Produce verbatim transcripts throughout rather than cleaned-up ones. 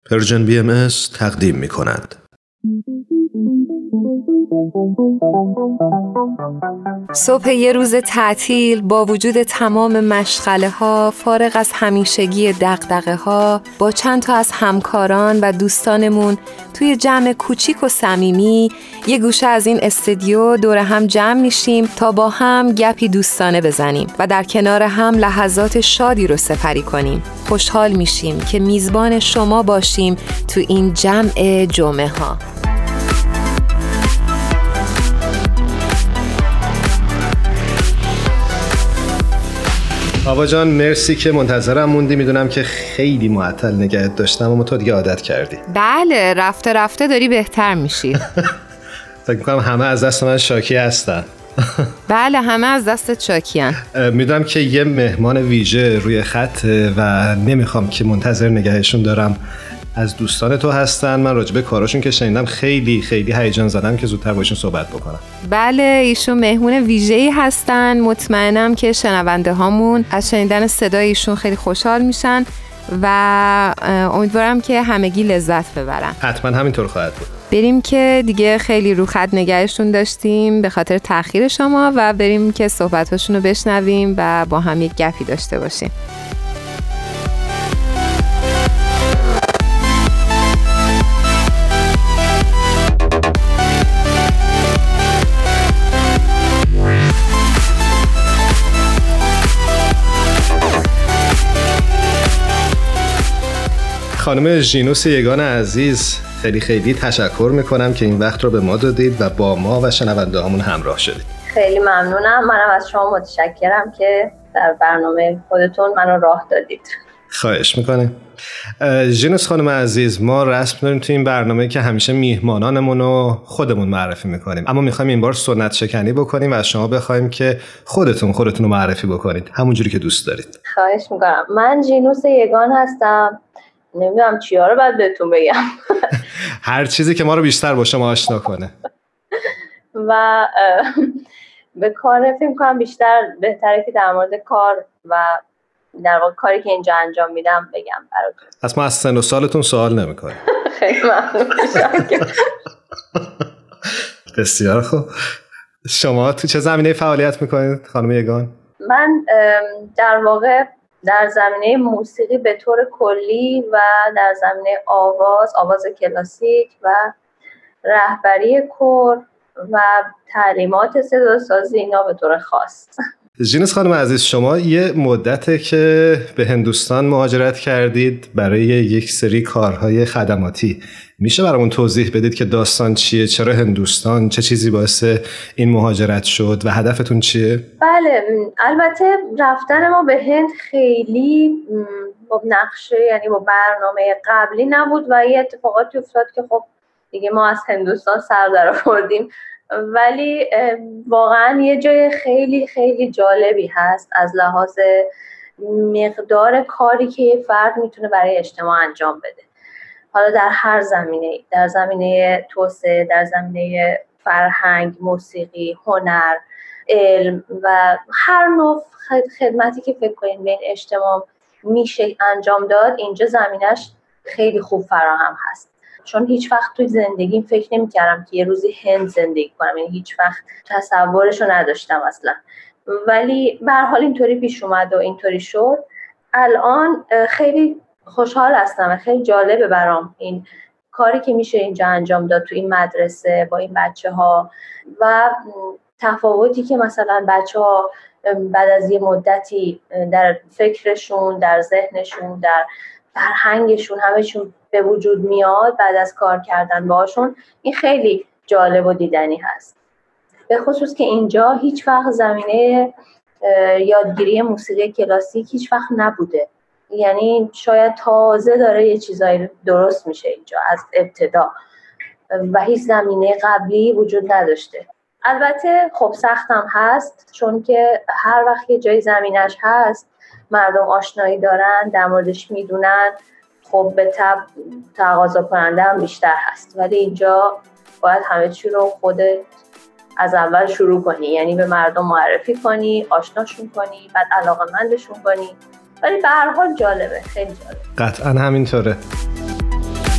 پرژن بی ام اس تقدیم می کند. صبح یه روز تعطیل با وجود تمام مشغله ها، فارغ از همیشگی دغدغه ها، با چند تا از همکاران و دوستانمون توی جمع کوچیک و صمیمی یه گوشه از این استودیو دور هم جمع میشیم تا با هم گپی دوستانه بزنیم و در کنار هم لحظات شادی رو سپری کنیم. خوشحال میشیم که میزبان شما باشیم تو این جمع جمعه ها. آوا جان مرسی که منتظرم موندی. میدونم که خیلی معطل نگهت داشتم اما تو دیگه عادت کردی. بله، رفته رفته داری بهتر میشی. فکر میکنم همه از دست من شاکی هستن. بله، همه از دستت شاکیان. میدونم که یه مهمان ویژه روی خط و نمیخوام که منتظر نگهشون دارم. از دوستان تو هستن. من راجبه کاراشون که شنیدم خیلی خیلی هیجان زدم که زودتر باشون صحبت بکنم. بله، ایشون مهمون ویژه‌ای هستن. مطمئنم که شنونده هامون از شنیدن صدای ایشون خیلی خوشحال میشن و امیدوارم که همگی لذت ببرن. حتما همینطور خواهد بود. بریم که دیگه خیلی رو خط نگهشون داشتیم به خاطر تأخیر شما و بریم که صحبتاشون رو بشنویم و با هم یک گپی داشته باشیم. خانم ژینوس یگان عزیز، خیلی خیلی تشکر میکنم که این وقت رو به ما دادید و با ما و شنونده هامون همراه شدید. خیلی ممنونم. منم از شما متشکرم که در برنامه خودتون منو راه دادید. خواهش میکنم. ژینوس خانم عزیز، ما رسم داریم تو این برنامه که همیشه میهمانانمون رو خودمون معرفی میکنیم، اما میخوایم این بار سنت شکنی بکنیم و از شما بخوایم که خودتون خودتون رو معرفی بکنید همونجوری که دوست دارید. خواهش میکنم. من ژینوس یگان هستم. نمیدونم چیا رو باید بهتون بگم. هر چیزی که ما رو بیشتر با شما آشنا کنه. و به کار فکر کنم بیشتر بهتره که در مورد کار و در واقع کاری که اینجا انجام میدم بگم براتون. پس ما از سن و سالتون سوال نمی‌کنیم. خیلی ممنون. بسیار خوب. شما تو چه زمینه فعالیت میکنید خانم یگان؟ من در واقع در زمینه موسیقی به طور کلی و در زمینه آواز، آواز کلاسیک و رهبری کور و تعلیمات صداسازی اینا به طور خاص. ژینوس خانم عزیز، شما یه مدته که به هندوستان مهاجرت کردید برای یک سری کارهای خدماتی. میشه برامون توضیح بدید که داستان چیه؟ چرا هندوستان؟ چه چیزی باعث این مهاجرت شد و هدفتون چیه؟ بله، البته رفتن ما به هند خیلی با نقشه، یعنی با برنامه قبلی نبود و یه اتفاقاتی افتاد که خب دیگه ما از هندوستان سر در آوردیم. ولی واقعا یه جای خیلی خیلی جالبی هست از لحاظ مقدار کاری که یه فرد میتونه برای اجتماع انجام بده، حالا در هر زمینه، در زمینه توسعه، در زمینه فرهنگ، موسیقی، هنر، علم و هر نوع خدمتی که فکر کنید به این اجتماع میشه انجام داد، اینجا زمینش خیلی خوب فراهم هست. چون هیچ وقت توی زندگیم فکر نمی‌کردم که یه روزی هند زندگی کنم، یعنی هیچ وقت تصورشو نداشتم اصلا، ولی به هر حال اینطوری پیش اومد و اینطوری شد. الان خیلی خوشحال هستم، خیلی جالبه برام این کاری که میشه اینجا انجام داد تو این مدرسه با این بچه‌ها و تفاوتی که مثلا بچه‌ها بعد از یه مدتی در فکرشون، در ذهنشون، در فرهنگشون همه‌شون به وجود میاد بعد از کار کردن باشون. این خیلی جالب و دیدنی هست، به خصوص که اینجا هیچ وقت زمینه یادگیری موسیقی کلاسیک هیچ وقت نبوده، یعنی شاید تازه داره یه چیزایی درست میشه اینجا از ابتدا و هیچ زمینه قبلی وجود نداشته. البته خب سختم هست، چون که هر وقت یه جای زمینش هست مردم آشنایی دارن، در موردش میدونن، خب به طبع تقاضا کننده هم بیشتر هست. ولی اینجا باید همه چی رو خودت از اول شروع کنی، یعنی به مردم معرفی کنی، آشناشون کنی، بعد علاقه‌مندشون کنی. ولی به هر حال جالبه، خیلی جالبه. قطعا همینطوره.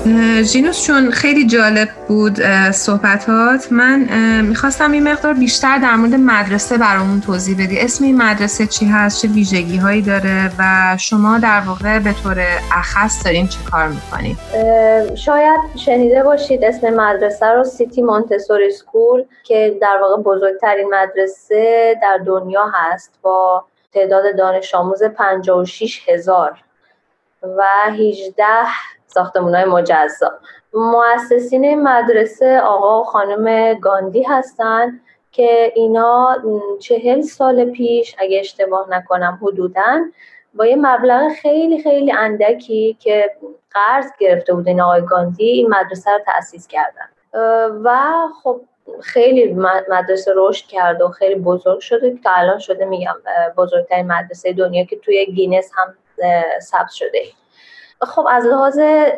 ژینوس چون خیلی جالب بود صحبتات، من میخواستم این مقدار بیشتر در مورد مدرسه برامون توضیح بدی. اسم این مدرسه چی هست؟ چه ویژگی هایی داره؟ و شما در واقع به طور اخص دارین چه کار میکنید؟ شاید شنیده باشید اسم مدرسه رو سیتی مونتسوری اسکول که در واقع بزرگترین مدرسه در دنیا هست با تعداد دانش آموز پنجاه و شش هزار و هجده ساختمان‌های مجزا. مؤسسین این مدرسه آقا و خانم گاندی هستن که اینا چهل سال پیش اگه اشتباه نکنم حدوداً با یه مبلغ خیلی خیلی اندکی که قرض گرفته بود این آقای گاندی این مدرسه رو تأسیس کردن و خب خیلی مدرسه رشد کرد و خیلی بزرگ شده که تا الان شده میگم بزرگترین مدرسه دنیا که توی گینس هم ثبت شده. خب از لحاظ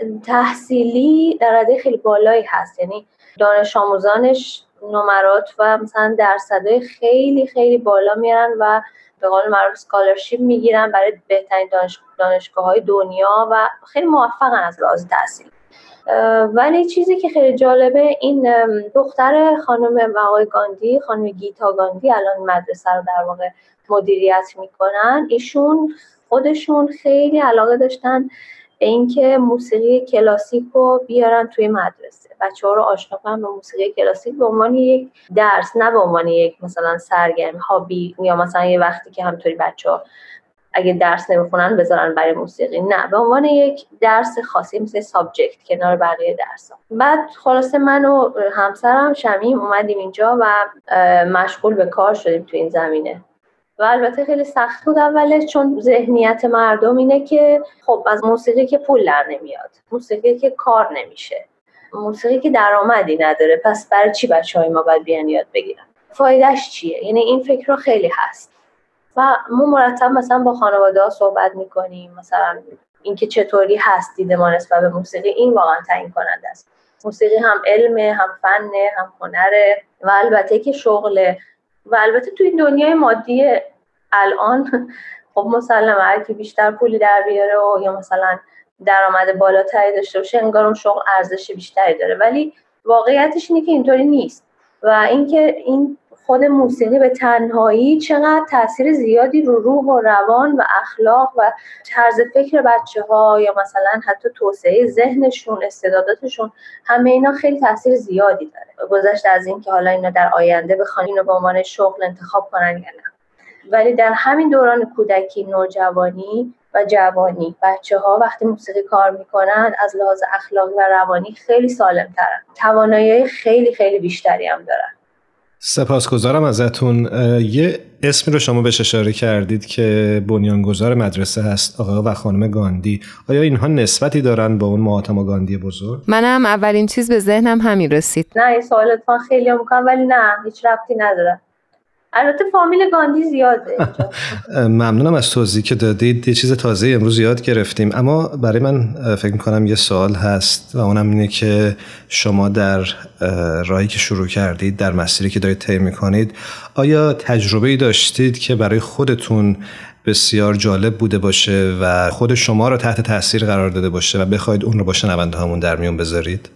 تحصیلی در رده خیلی بالایی هست، یعنی دانش آموزانش نمرات و مثلا درصدهای خیلی خیلی بالا میارن و به قول معروف اسکالرشیپ میگیرن برای بهترین دانش دانشگاه‌های دنیا و خیلی موفقن از لحاظ تحصیلی. ولی چیزی که خیلی جالبه این دختر خانم آقای گاندی، خانم گیتا گاندی، الان مدرسه رو در واقع مدیریت میکنن. ایشون خودشون خیلی علاقه داشتن به اینکه موسیقی کلاسیک رو بیارن توی مدرسه، بچه‌ها رو آشنا کنن به موسیقی کلاسیک به عنوان یک درس، نه به عنوان یک مثلا سرگرمی هابی یا مثلا یه وقتی که همطوری بچه‌ها اگه درس نمیخونن بذارن برای موسیقی، نه به عنوان یک درس خاصی مثل سابجکت کنار بقیه درس‌ها. بعد خلاصه من و همسرم شمیم اومدیم اینجا و مشغول به کار شدیم تو این زمینه و البته خیلی سخت بود اولش، چون ذهنیت مردم اینه که خب از موسیقی که پول در نمیاد، موسیقی که کار نمیشه، موسیقی که درآمدی نداره، پس برای چی بچه‌های ما باید بیان یاد بگیرن؟ فایدهش چیه؟ یعنی این فکر رو خیلی هست و ما مرتب مثلا با خانواده‌ها صحبت می‌کنیم، مثلا اینکه چطوری هست دید ما نسبت به موسیقی. این واقعا تعیین کننده است. موسیقی هم علمه، هم فنه، هم هنره و البته که شغله و البته تو این دنیای مادی الان خب مسلمه هر کی بیشتر پولی در بیاره و یا مثلا درآمد بالاتری داشته باشه انگار اون شغل ارزش بیشتری داره، ولی واقعیتش اینه که اینطوری نیست و اینکه این خود موسیقی به تنهایی چقدر تاثیر زیادی رو روح و روان و اخلاق و طرز فکر بچه‌ها یا مثلا حتی توسعه ذهنشون، استعداداتشون، همه اینا خیلی تاثیر زیادی داره. گذشته از این که حالا اینا در آینده بخوان اینو به عنوان شغل انتخاب کنن یا نه، ولی در همین دوران کودکی، نوجوانی و جوانی بچه‌ها وقتی موسیقی کار میکنن از لحاظ اخلاقی و روانی خیلی سالم‌ترن، توانایی خیلی خیلی بیشتری هم دارن. سپاسگزارم ازتون. یه اسمی رو شما بهش اشاره کردید که بنیانگذار مدرسه هست، آقا و خانم گاندی. آیا اینها نسبتی دارن با اون مهاتما گاندی بزرگ؟ منم اولین چیز به ذهنم همین رسید. نه این سوالتون خیلی میکنم ولی نه هیچ ربطی نداره. البته فامیل گاندی زیاده. ممنونم از توضیحی که دادید. یه چیز تازه امروز یاد گرفتیم، اما برای من فکر میکنم یه سوال هست و اونم اینه که شما در راهی که شروع کردید، در مسیری که دارید طی میکنید، آیا تجربه‌ای داشتید که برای خودتون بسیار جالب بوده باشه و خود شما رو تحت تاثیر قرار داده باشه و بخواید اون رو با شنونده هامون در میون بذارید؟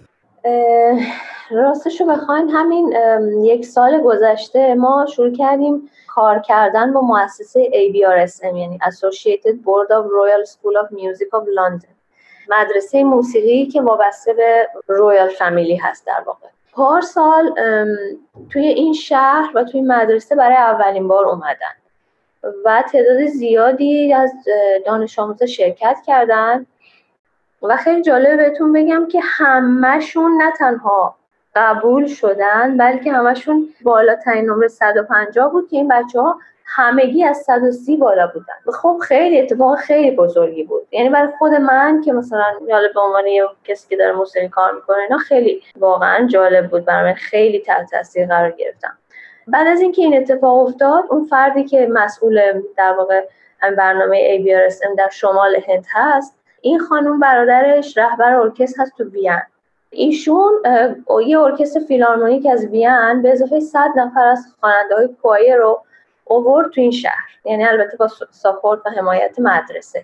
راستشو بخواین همین یک سال گذشته ما شروع کردیم کار کردن با مؤسسه ای بی آر اس ام، یعنی Associated Board of Royal School of Music of London، مدرسه موسیقی که وابسته به رویال فامیلی هست. در واقع پارسال توی این شهر و توی مدرسه برای اولین بار اومدن و تعداد زیادی از دانش آموزا شرکت کردن و خیلی جالبه بهتون بگم که همه‌شون نه تنها قبول شدن بلکه همه‌شون بالاترین نمره صد و پنجاه بود که این بچه‌ها همگی از صد و سی بالا بودن. خب خیلی اتفاق خیلی بزرگی بود، یعنی برای خود من که مثلا حالا به عنوان یه کسی که داره موسیقی کار میکنه اینا خیلی واقعا جالب بود، برای من خیلی تحت تاثیر قرار گرفتم. بعد از اینکه این اتفاق افتاد، اون فردی که مسئول در واقع هم برنامه ای بی آر اس ام در شمال هند هست، این خانم برادرش رهبر ارکستر هست تو وین. ایشون یه ارکستر فیلارمونیک از وین به اضافه صد نفر از خواننده‌های کویر رو آورد تو این شهر، یعنی البته با ساپورت و حمایت مدرسه.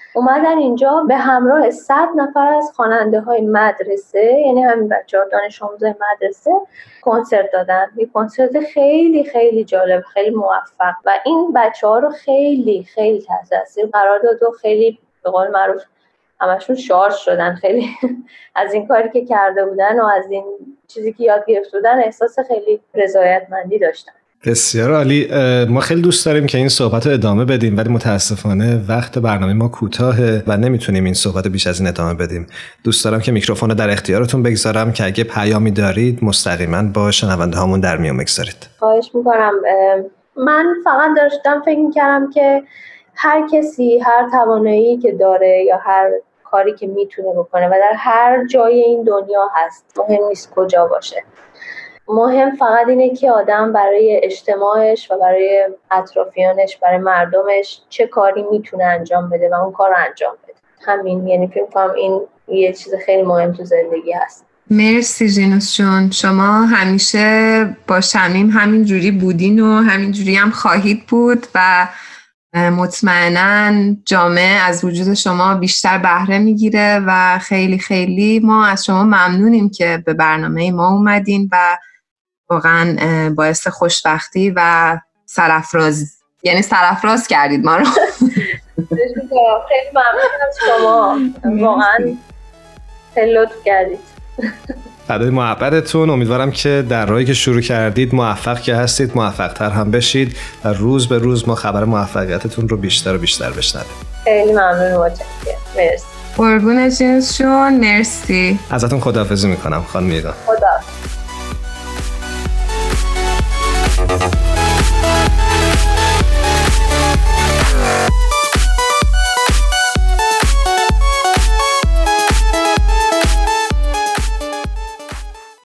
اومدن اینجا به همراه صد نفر از خواننده های مدرسه، یعنی همین بچه‌ها دانش آموزای مدرسه کنسرت دادن. یه کنسرت خیلی خیلی جالب، خیلی موفق و این بچه‌ها رو خیلی خیلی تحت تاثیر قرار داد و خیلی به قول معروف همشون شارژ شدن. خیلی از این کاری که کرده بودن و از این چیزی که یاد گرفته بودن احساس خیلی رضایتمندی داشتن. بسیار عالی. ما خیلی دوست داریم که این صحبت رو ادامه بدیم ولی متاسفانه وقت برنامه ما کوتاهه و نمیتونیم این صحبت رو بیش از این ادامه بدیم. دوست دارم که میکروفون رو در اختیارتون بگذارم که اگه پیامی دارید مستقیما با شنونده هامون در میون بگذارید. خواهش میکنم. من فقط داشتم فکر میکردم که هر کسی هر توانایی که داره یا هر کاری که میتونه بکنه و در هر جای این دنیا هست، مهم نیست کجا باشه، مهم فقط اینه که آدم برای اجتماعش و برای اطرافیانش، برای مردمش چه کاری میتونه انجام بده و اون کار رو انجام بده. همین، یعنی فکر کنم این یه چیز خیلی مهم تو زندگی هست. مرسی ژینوس جون، شما همیشه با شمیم همین جوری بودین و همین جوری هم خواهید بود و مطمئناً جامعه از وجود شما بیشتر بهره میگیره و خیلی خیلی ما از شما ممنونیم که به برنامه ما اومدین و واقعاً باعث خوشبختی و سرافراز، یعنی سرافراز کردید ما رو. خیلی ممنون از شما، واقعاً خیلی لطف کردید. فدای محبتتون. امیدوارم که در راهی که شروع کردید موفق که هستید موفق تر هم بشید و روز به روز ما خبر موفقیتتون رو بیشتر و بیشتر بشنویم. خیلی ممنون و متشکرم. مرسی. قربون ژینوس جون، مرسی. ازتون خداحافظی میکنم خانم یگان. خدا.